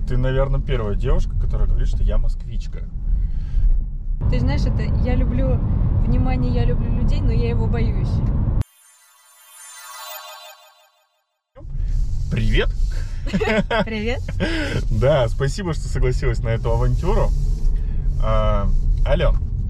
Ты, наверное, первая девушка, которая говорит, что я москвичка. Ты знаешь, это я люблю внимание, я люблю людей, но я его боюсь. Привет! Привет. Да, спасибо, что согласилась на эту авантюру. Ален,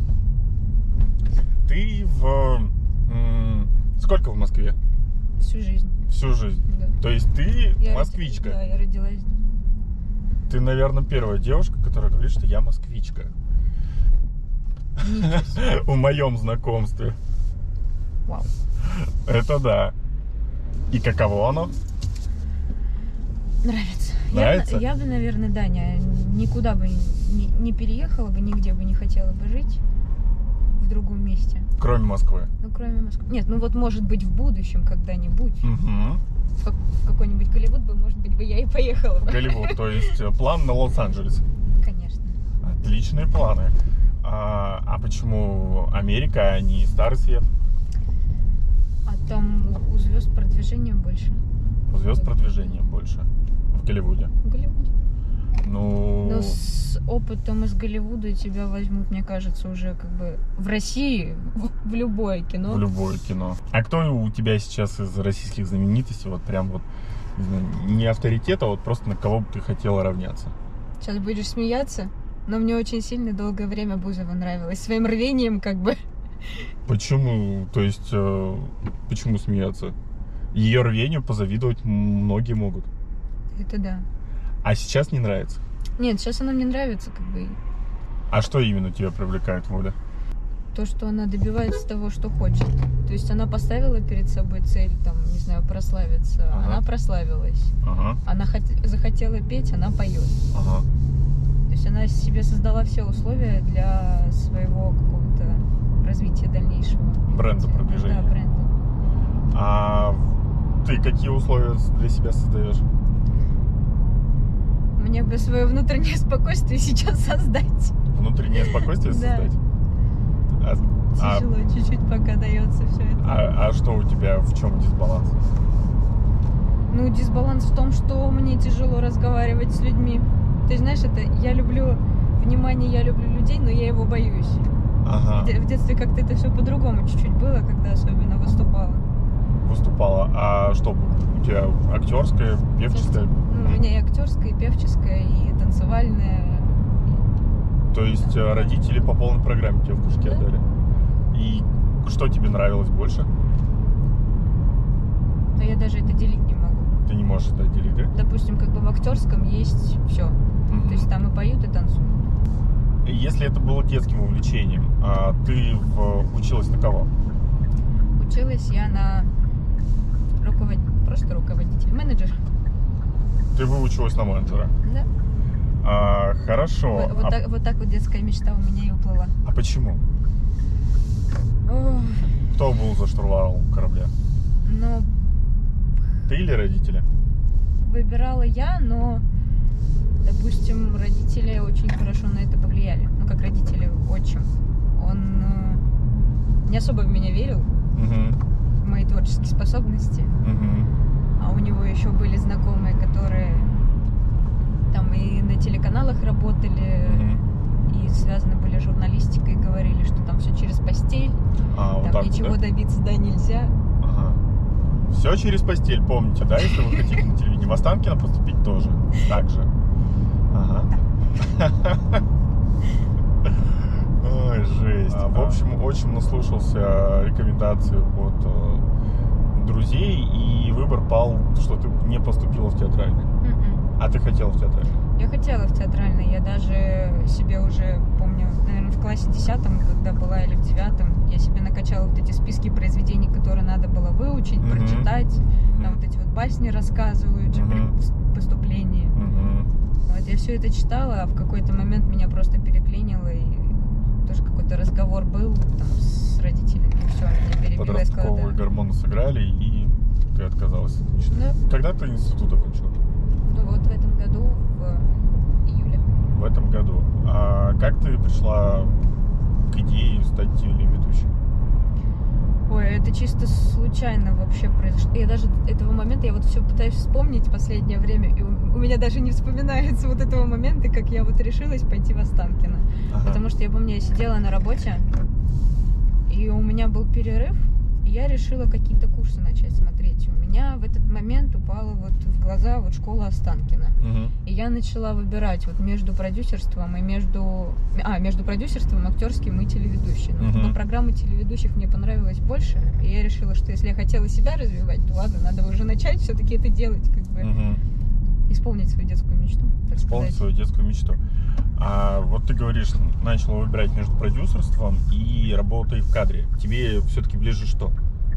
ты сколько в Москве? Всю жизнь. Всю жизнь? Да. То есть ты Я москвичка? Да, я родилась здесь. Ты, наверное, первая девушка, которая говорит, что я москвичка. Ничего себе. В моем знакомстве. Вау. Это да. И каково оно? Нравится. Нравится? Я бы, наверное, да, никуда бы не переехала бы, нигде бы не хотела бы жить в другом месте. Кроме Москвы? Ну, кроме Москвы. Нет, ну вот может быть в будущем когда-нибудь. Угу. В какой-нибудь Голливуд бы, может быть, бы я и поехала бы. Голливуд, то есть план на Лос-Анджелес. Конечно. Отличные планы. А почему Америка, а не Старый Свет? А там у звезд продвижения больше. У звезд продвижения больше. В Голливуде. В Голливуде. Ну... Но с опытом из Голливуда тебя возьмут, мне кажется, уже как бы в России, в любое кино. В любое кино. А кто у тебя сейчас из российских знаменитостей, вот прям вот, не знаю, не авторитет, а вот просто на кого бы ты хотела равняться? Сейчас будешь смеяться, но мне очень сильно долгое время Бузова нравилась. Своим рвением как бы. Почему? То есть, почему смеяться? Ее рвению позавидовать многие могут. Это да. А сейчас не нравится? Нет, сейчас она мне нравится как бы. А что именно тебя привлекает, Воля? То, что она добивается того, что хочет. То есть она поставила перед собой цель, там, не знаю, прославиться. Ага. Она прославилась. Ага. Она захотела петь, она поет. Ага. То есть она себе создала все условия для своего какого-то развития дальнейшего. Бренда продвижения. Да, бренда. А ты какие условия для себя создаешь? Мне бы свое внутреннее спокойствие сейчас создать. Внутреннее спокойствие Да. создать? Тяжело чуть-чуть пока дается все это. А что у тебя, в чем дисбаланс? Ну, дисбаланс в том, что мне тяжело разговаривать с людьми. Ты знаешь, это я люблю внимание, я люблю людей, но я его боюсь. Ага. В детстве как-то это все по-другому чуть-чуть было, когда особенно выступала. Выступала. А что у тебя актерская, певческая? Ну, у меня и актерская, и певческая, и танцевальная. То есть родители по полной программе тебе в кружке Да. отдали? И что тебе нравилось больше? Но я даже это делить не могу. Ты не можешь это отделить, да? Допустим, как бы в актерском есть все. Мгм. То есть там и поют, и танцуют. Если это было детским увлечением, а ты училась на кого? Училась я на просто руководитель, менеджер. Ты выучилась на менеджера. Да. Хорошо. Вот так вот детская мечта у меня и уплыла. А почему? Ох, Кто был за штурвалом корабля? ну, Ты или родители? выбирала я, но, допустим, родители очень хорошо на это повлияли. Ну, как родители, отчим. Он не особо в меня верил, Угу. в мои творческие способности. Угу. А у него еще были знакомые, которые там и на телеканалах работали, и связаны были с журналистикой, и говорили, что там все через постель, Вот там так вот, ничего да? добиться, да, нельзя. Ага. Все через постель, помните, да, если вы хотите на телевидении. В Останкино поступить тоже. Так же. Ага. Ой, жесть. В общем, очень наслушался рекомендаций от друзей, и выбор пал, что ты не поступила в театральный. А ты хотела в театральный? Я хотела в театральный, я даже себе уже помню, наверное, в классе 10, когда была, или в 9, я себе накачала вот эти списки произведений, которые надо было выучить, прочитать. Там вот эти вот басни рассказывают же при поступлении. Вот я все это читала, а в какой-то момент меня просто переклинило, и тоже какой-то разговор был там с родителями, и все, меня перебило, я сказала, Подростковые да. гормоны сыграли, и ты отказалась от мечты. Да. Когда ты институт окончила? Ну вот в этом году, в июле. В этом году. А как ты пришла к идее стать телеведущей? Ой, это чисто случайно вообще произошло. Я даже этого момента, я вот все пытаюсь вспомнить в последнее время, и у меня даже не вспоминается вот этого момента, как я вот решилась пойти в Останкино. Потому что я помню, я сидела на работе, и у меня был перерыв, и я решила какие-то курсы начать смотреть. И у меня в этот момент упала вот в глаза вот школа Останкино. И я начала выбирать вот между продюсерством и между продюсерством, актерским и телеведущим. Но программа телеведущих мне понравилась больше, и я решила, что если я хотела себя развивать, то ладно, надо уже начать все-таки это делать, как бы исполнить свою детскую мечту. Исполнить свою детскую мечту. А вот ты говоришь, начала выбирать между продюсерством и работой в кадре. Тебе все-таки ближе что?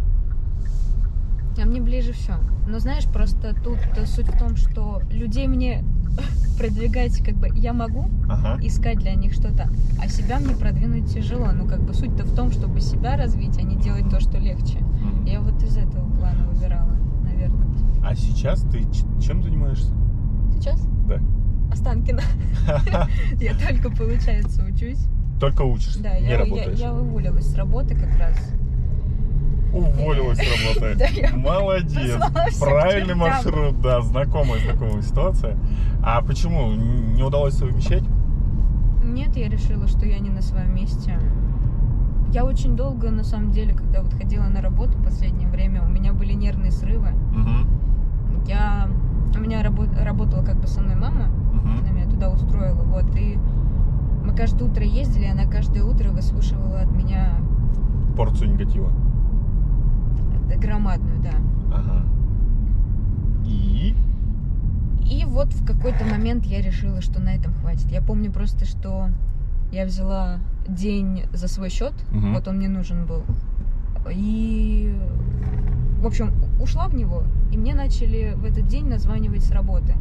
А мне ближе все. Но знаешь, просто тут суть в том, что людей мне продвигать, как бы, я могу искать для них что-то, а себя мне продвинуть тяжело. Ну, как бы, суть-то в том, чтобы себя развить, а не делать то, что легче. Я вот из этого плана выбирала, наверное. А сейчас ты чем занимаешься? Сейчас? Да. Останкино. Я только, получается, учусь. Только учишься, да, не работаешь? Я уволилась с работы как раз. Уволилась с работы. Молодец. Правильный маршрут, да, знакомая ситуация. А почему? Не удалось совмещать? Нет, я решила, что я не на своем месте. Я очень долго, на самом деле, когда вот ходила на работу в последнее время, у меня были нервные срывы. У меня работала как бы со мной мама, она меня туда устроила, вот, и мы каждое утро ездили, она каждое утро выслушивала от меня... Порцию негатива. Громадную, да. И вот в какой-то момент я решила, что на этом хватит. Я помню просто, что я взяла день за свой счет, вот он мне нужен был, и, в общем, ушла в него, и мне начали в этот день названивать с работы.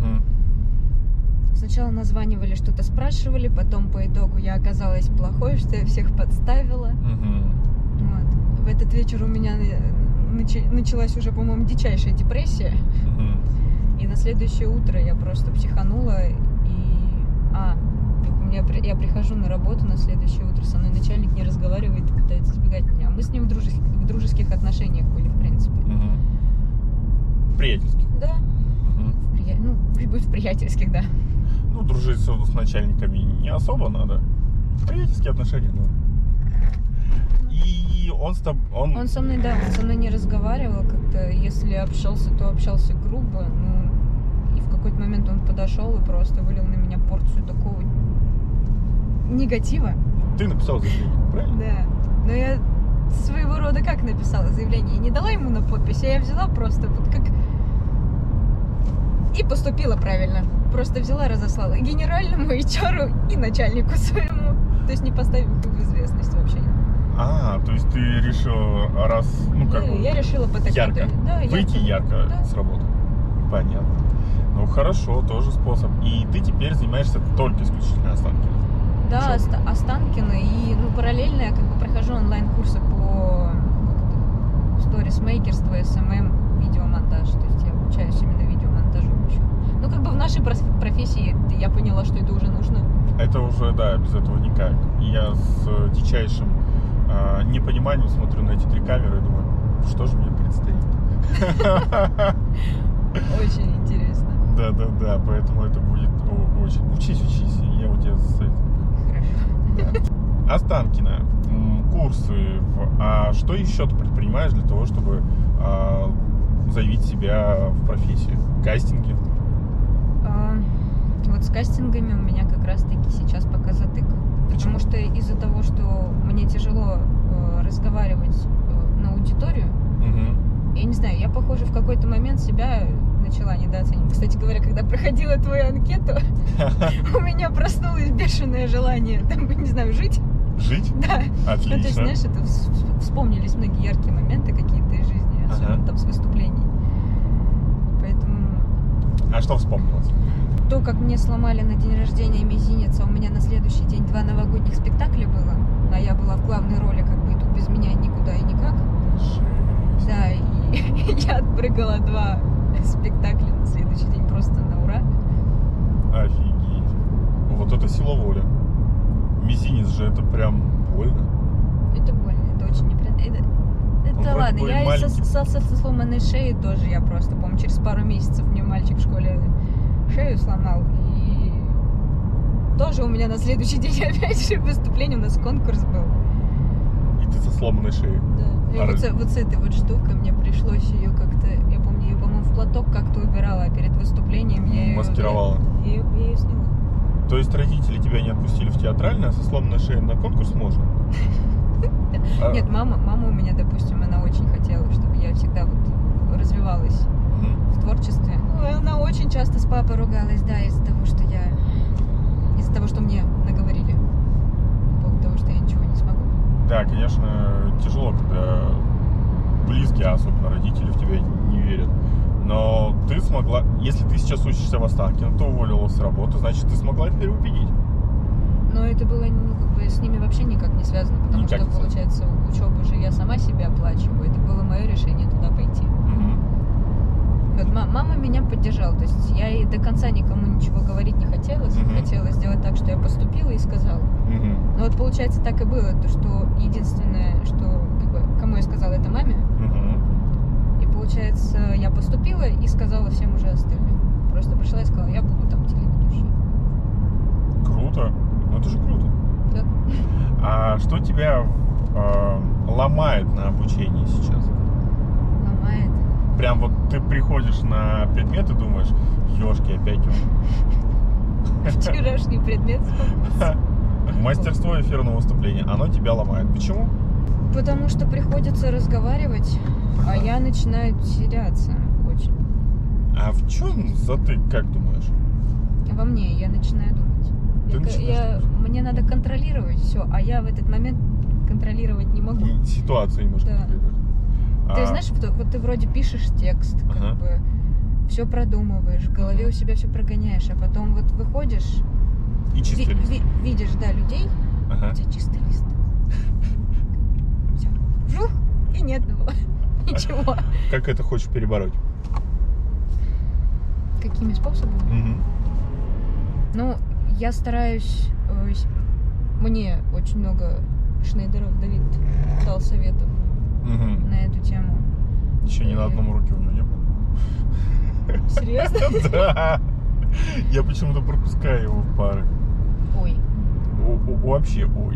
Сначала названивали, что-то спрашивали, потом по итогу я оказалась плохой, что я всех подставила. Вот. В этот вечер у меня началась уже, по-моему, дичайшая депрессия. И на следующее утро я просто психанула. Я прихожу на работу на следующее утро, со мной начальник не разговаривает и пытается избегать меня. А мы с ним в дружеских отношениях были, в принципе. Приятельских? Да. В приятельских, да. Ну, дружить с начальниками не особо надо. Приятельские отношения, да. И он со мной, да, он со мной не разговаривал как-то. Если общался, то общался грубо. И в какой-то момент он подошел и просто вылил на меня порцию такого негатива. Ты написала заявление, правильно? Да. Но я своего рода как написала заявление? Я не дала ему на подпись, а я взяла просто вот как... И поступила правильно. Просто взяла, разослала и генеральному, HR и начальнику своему. То есть не поставив их в известность вообще. То есть ты решила я решила ярко. Да, выйти ярко да. с работы. Понятно. Ну хорошо, тоже способ. И ты теперь занимаешься только исключительно Останкино? Да, Останкино. И параллельно я как бы прохожу онлайн-курсы по сторисмейкерству, SMM, видеомонтаж. То есть я обучаюсь именно видеомонтажу еще. Ну как бы в нашей профессии я поняла, что это уже нужно. Это уже, да, без этого никак. И я с дичайшим непониманием смотрю на эти 3 камеры и думаю, что же мне предстоит. Очень интересно. Да, поэтому это будет очень... Учись, я у тебя с этим. Хорошо. Да. Останкино, курсы. А что еще ты предпринимаешь для того, чтобы заявить себя в профессию? Кастинги? Вот с кастингами у меня как раз-таки сейчас пока затык. Потому что из-за того, что мне тяжело разговаривать на аудиторию, я не знаю, я, похоже, в какой-то момент себя начала недооценивать. Кстати говоря, когда проходила твою анкету, у меня проснулось бешеное желание, не знаю, жить. Жить? Да. Отлично. Ну, то есть, знаешь, это вспомнились многие яркие моменты какие-то из жизни, особенно там с выступлений. Поэтому... А что вспомнилось? То, как мне сломали на день рождения мизинец, а у меня на следующий день 2 новогодних спектакля было, а я была в главной роли, как бы, и тут без меня никуда и никак. Жесть. Да, и я отпрыгала 2 спектакля на следующий день просто на ура. Офигеть. Вот это сила воли. Мизинец же, это прям больно. Это больно, это очень неприятно. Да ладно, я и со сломанной шеей тоже, я просто помню, через пару месяцев мне мальчик в школе шею сломал, и тоже у меня на следующий день опять же выступление, у нас конкурс был. И ты со сломанной шеей? Да. И вот с этой вот штукой мне пришлось ее как-то, я помню, ее, по-моему, в платок как-то убирала, а перед выступлением я маскировала. Я ее сняла. То есть родители тебя не отпустили в театральное, а со сломанной шеей на конкурс можно? Нет, мама у меня, допустим, она очень хотела, чтобы я всегда вот развивалась в творчестве. Она очень часто с папой ругалась, да, из-за того, что мне наговорили. По поводу того, что я ничего не смогу. Да, конечно, тяжело, когда близкие, особенно родители, в тебя не верят. Но ты смогла, если ты сейчас учишься в Останкино, то уволилась с работы, значит, ты смогла их переубедить. Но это было с ними вообще никак не связано, потому что, получается, учебу же я сама себе оплачиваю. Это было мое решение туда пойти. Вот мама меня поддержала, то есть я и до конца никому ничего говорить не хотелось. Хотела сделать так, что я поступила и сказала. Но вот, получается, так и было, то что единственное, что кому я сказала, это маме. И, получается, я поступила и сказала всем уже остальным. Просто пришла и сказала, я буду там телеведущей. Круто. Ну это же круто. Да. А что тебя ломает на обучении сейчас? Ломает? Прям вот ты приходишь на предмет и думаешь, ёшки, опять он. Вчерашний предмет вспомнился. Мастерство эфирного выступления, оно тебя ломает. Почему? Потому что приходится разговаривать, а я начинаю теряться очень. А в чем затык, как думаешь? Во мне, я начинаю думать. Мне надо контролировать все, а я в этот момент контролировать не могу. Ситуацию не можешь контролировать. Ты знаешь, вот ты вроде пишешь текст, как бы все продумываешь, в голове у себя все прогоняешь, а потом вот выходишь и чистый лист. Видишь, да, людей, у тебя чистый лист. Все. Жух, и нет ничего. Как это хочешь перебороть? Какими способами? Ну, я стараюсь, мне очень много Шнейдеров Давид дал советов на эту тему. Еще ни на одном уроке у него не было. Серьезно? Да. Я почему-то пропускаю его в пары. Ой. Вообще ой.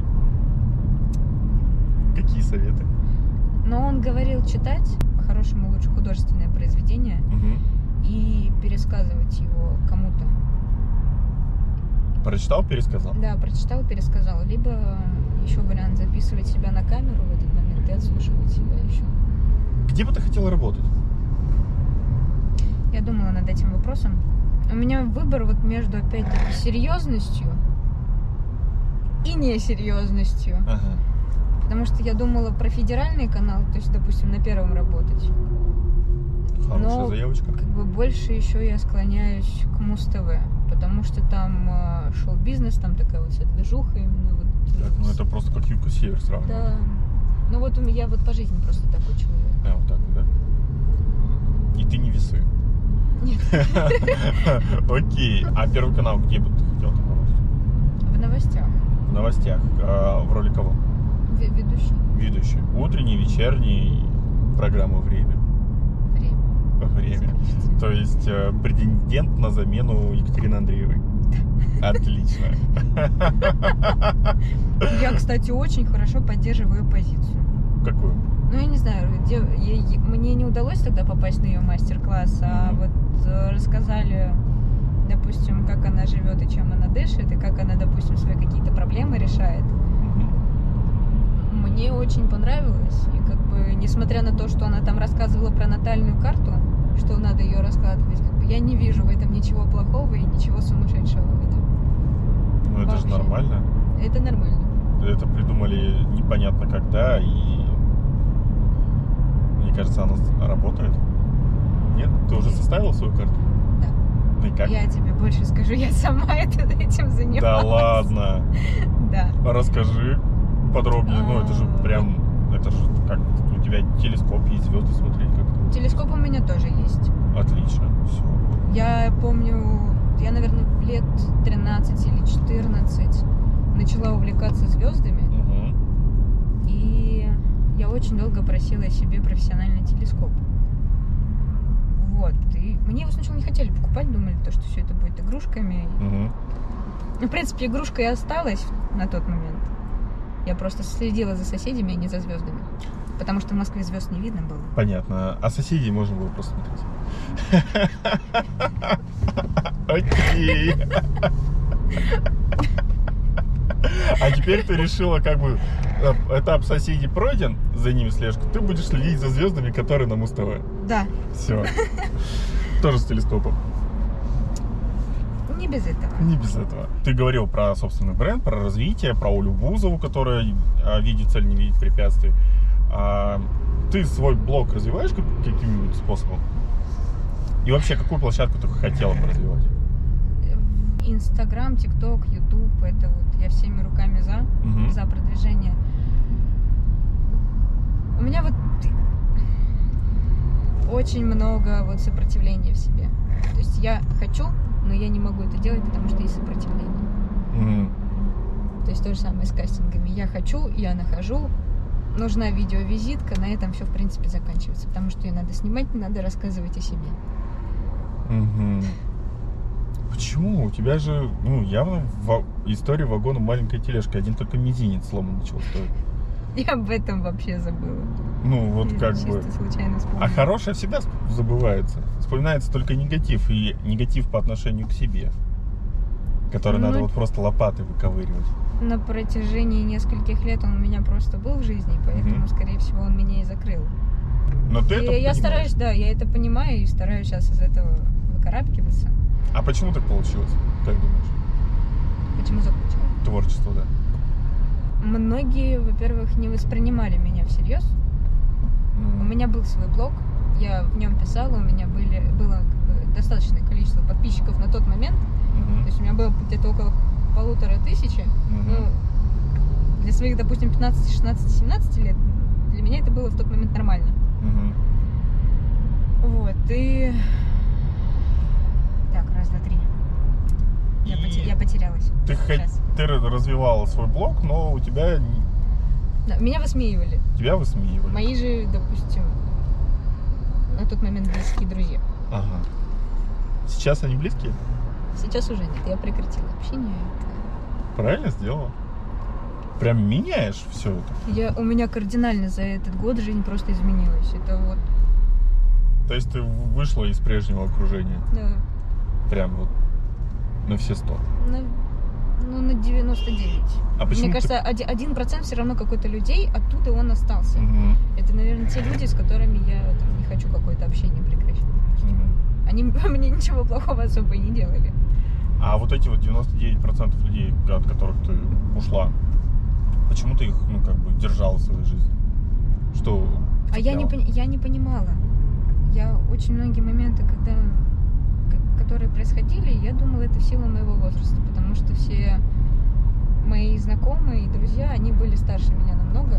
Какие советы? Но он говорил читать, по-хорошему, лучше художественное произведение и пересказывать его кому-то. Прочитал, пересказал? Да, прочитал, пересказал. Либо еще вариант записывать себя на камеру в этот момент и отслушивать себя еще. Где бы ты хотела работать? Я думала над этим вопросом. У меня выбор вот между, опять-таки, серьезностью и несерьезностью. Потому что я думала про федеральный канал, то есть, допустим, на Первом работать. Хорошая заявочка. Как бы больше еще я склоняюсь к Муз-ТВ, потому что там шоу-бизнес, там такая вот вся движуха именно вот. Так, ну это просто как юг и север сравнивать. Да. Ну вот я вот по жизни просто такой человек. А, вот так вот, да? И ты не весы. Нет. Окей. А Первый канал где бы ты хотел там работать? В новостях. В новостях. В роли кого? Ведущий. Ведущий. Утренний, вечерний, программа «Время». Время. То есть претендент на замену Екатерины Андреевой. Отлично. Я, кстати, очень хорошо поддерживаю позицию. Какую? Ну, я не знаю, мне не удалось тогда попасть на ее мастер-класс, а вот рассказали, допустим, как она живет и чем она дышит, и как она, допустим, свои какие-то проблемы решает. Мне очень понравилось, и как бы, несмотря на то, что она там рассказывала про натальную карту, что надо ее раскладывать, как бы, я не вижу в этом ничего плохого и ничего сумасшедшего в этом. Ну, это же нормально. Это нормально. Это придумали непонятно когда, и мне кажется, она работает. Нет? Ты уже составила свою карту? Да. Ну и как? Я тебе больше скажу, я сама этим занималась. Да ладно? Да. Расскажи подробнее. Ну, это же прям, это же как, у тебя телескоп есть, звезды смотреть как-то. Телескоп у меня тоже есть. Отлично, все. Я помню, я, наверное, в лет 13 или 14 начала увлекаться звездами. И я очень долго просила себе профессиональный телескоп. Вот. И мне его сначала не хотели покупать, думали, что все это будет игрушками. В принципе, игрушка и осталась на тот момент. Я просто следила за соседями, а не за звездами. Потому что в Москве звезд не видно было. Понятно. А соседей можно было просто смотреть. Окей. А теперь ты решила, как бы, этап соседей пройден, за ними слежку, ты будешь следить за звездами, которые на Муз-ТВ. Да. Все. Тоже с телескопом. Не без этого. Не без этого. Ты говорил про собственный бренд, про развитие, про Олю Бузову, которая видит цель, не видит препятствий. Ты свой блог развиваешь каким-нибудь способом? И вообще, какую площадку ты хотела бы развивать? Инстаграм, ТикТок, Ютуб, это вот я всеми руками за продвижение. У меня вот очень много вот сопротивления в себе. То есть я хочу, но я не могу это делать, потому что есть сопротивление. То есть то же самое с кастингами. Я хочу, я нахожу, нужна видеовизитка, на этом все в принципе заканчивается, потому что ее надо снимать, надо рассказывать о себе. Почему? У тебя же, явно история вагона маленькая тележка. Один только мизинец сломан начал стоить. Я об этом вообще забыла. Чисто случайно вспомнила. А хорошее всегда забывается. Вспоминается только негатив. И негатив по отношению к себе. Который надо вот просто лопатой выковыривать. На протяжении нескольких лет он у меня просто был в жизни. Поэтому, скорее всего, он меня и закрыл. Но ты это понимаешь? Стараюсь, я это понимаю и стараюсь сейчас из этого выкарабкиваться. А почему так получилось, как думаешь? Почему закончила? Творчество, да. Многие, во-первых, не воспринимали меня всерьез. У меня был свой блог, я в нем писала, у меня было достаточное количество подписчиков на тот момент. То есть у меня было где-то около 1500. Для своих, допустим, 15, 16, 17 лет для меня это было в тот момент нормально. Вот, и... Так, раз, два, три. Я потерялась. Ты развивала свой блог, но у тебя... Да, меня высмеивали. Тебя высмеивали. Мои же, допустим, на тот момент близкие друзья. Ага. Сейчас они близкие? Сейчас уже нет, я прекратила общение. Правильно сделала. Прям меняешь все это. У меня кардинально за этот год жизнь просто изменилась. Это вот... То есть ты вышла из прежнего окружения? Да. Прям вот на все 100? На 99. А почему? Мне кажется, 1% все равно какой-то людей, оттуда он остался. Это, наверное, те люди, с которыми я не хочу какое-то общение прекращать. Они мне ничего плохого особо и не делали. А вот эти вот 99% людей, от которых ты ушла, почему ты их, держала в своей жизни? Что? А я не понимала. Я очень многие моменты, которые происходили, я думала, это в силу моего возраста, потому что все мои знакомые и друзья, они были старше меня намного.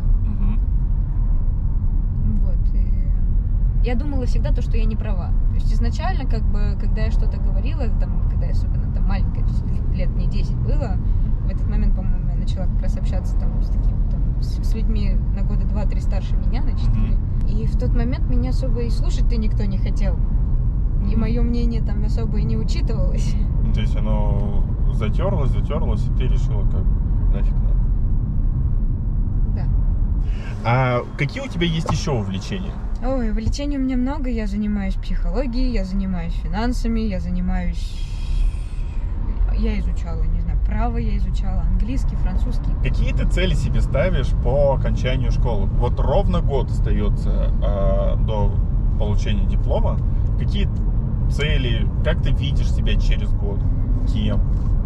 Вот. И я думала всегда то, что я не права. То есть изначально, когда я что-то говорила, когда я особенно маленькая, то есть лет мне 10 было, в этот момент, по-моему, я начала как раз общаться с людьми на года 2-3 старше меня, на 4. И в тот момент меня особо и слушать-то никто не хотел. И мое мнение там особо и не учитывалось. То есть оно затерлось, и ты решила, нафиг надо. Да. А какие у тебя есть еще увлечения? Ой, увлечений у меня много. Я занимаюсь психологией, я занимаюсь финансами, я изучала, право, я изучала английский, французский. Какие ты цели себе ставишь по окончанию школы? Вот ровно год остается до получения диплома. Какие цели, как ты видишь себя через год? Кем?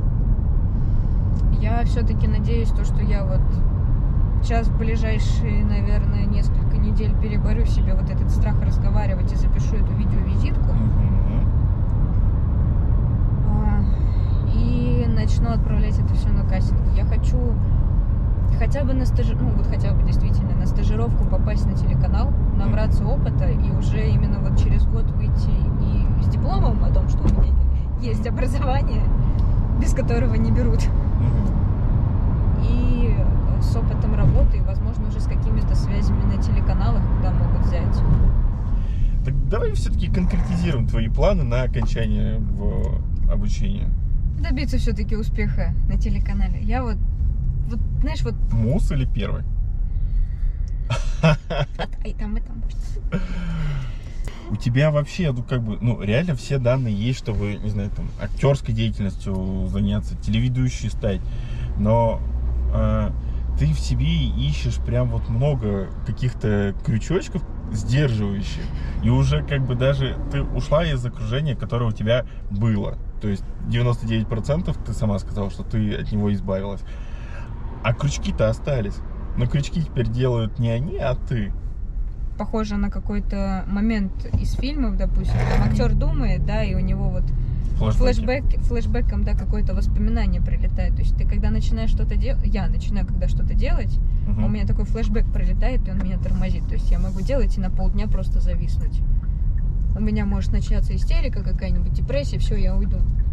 Я все-таки надеюсь, что я вот сейчас в ближайшие, наверное, несколько недель переборю в себе вот этот страх разговаривать и запишу эту видеовизитку. И начну отправлять это все на кастинг. Я хочу хотя бы действительно на стажировку попасть на телеканал, набраться опыта и уже именно вот через год выйти не с дипломом о том, что у меня есть образование, без которого не берут, и с опытом работы и, возможно, уже с какими-то связями на телеканалах, куда могут взять. Так давай все-таки конкретизируем твои планы на окончание в обучении. Добиться все-таки успеха на телеканале. Я вот, знаешь, вот... МУС или первый? И там можно. У тебя вообще, реально все данные есть, чтобы, не знаю, там, актерской деятельностью заняться, телеведущей стать. Но ты в себе ищешь прям вот много каких-то крючочков сдерживающих. И уже даже ты ушла из окружения, которое у тебя было. То есть 99% ты сама сказала, что ты от него избавилась. А крючки-то остались. Но крючки теперь делают не они, а ты. Похоже на какой-то момент из фильмов, допустим. Там актер думает, да, и у него вот флешбеком, да, какое-то воспоминание прилетает. То есть ты когда начинаешь что-то делать, я начинаю когда что-то делать, у меня такой флешбек прилетает, и он меня тормозит. То есть я могу делать и на полдня просто зависнуть. У меня может начаться истерика, какая-нибудь депрессия, все, я уйду.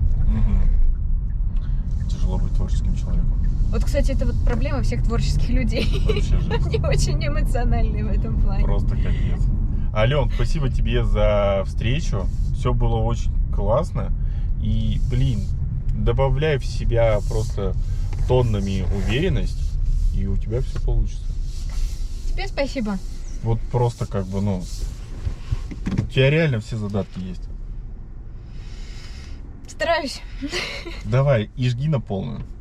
Тяжело быть творческим человеком. Вот, кстати, это вот проблема всех творческих людей. Они очень эмоциональные в этом плане. Просто капец. Ален, спасибо тебе за встречу. Все было очень классно. И, добавляй в себя просто тоннами уверенность, и у тебя все получится. Тебе спасибо. Вот просто у тебя реально все задатки есть. Стараюсь. Давай, и жги на полную.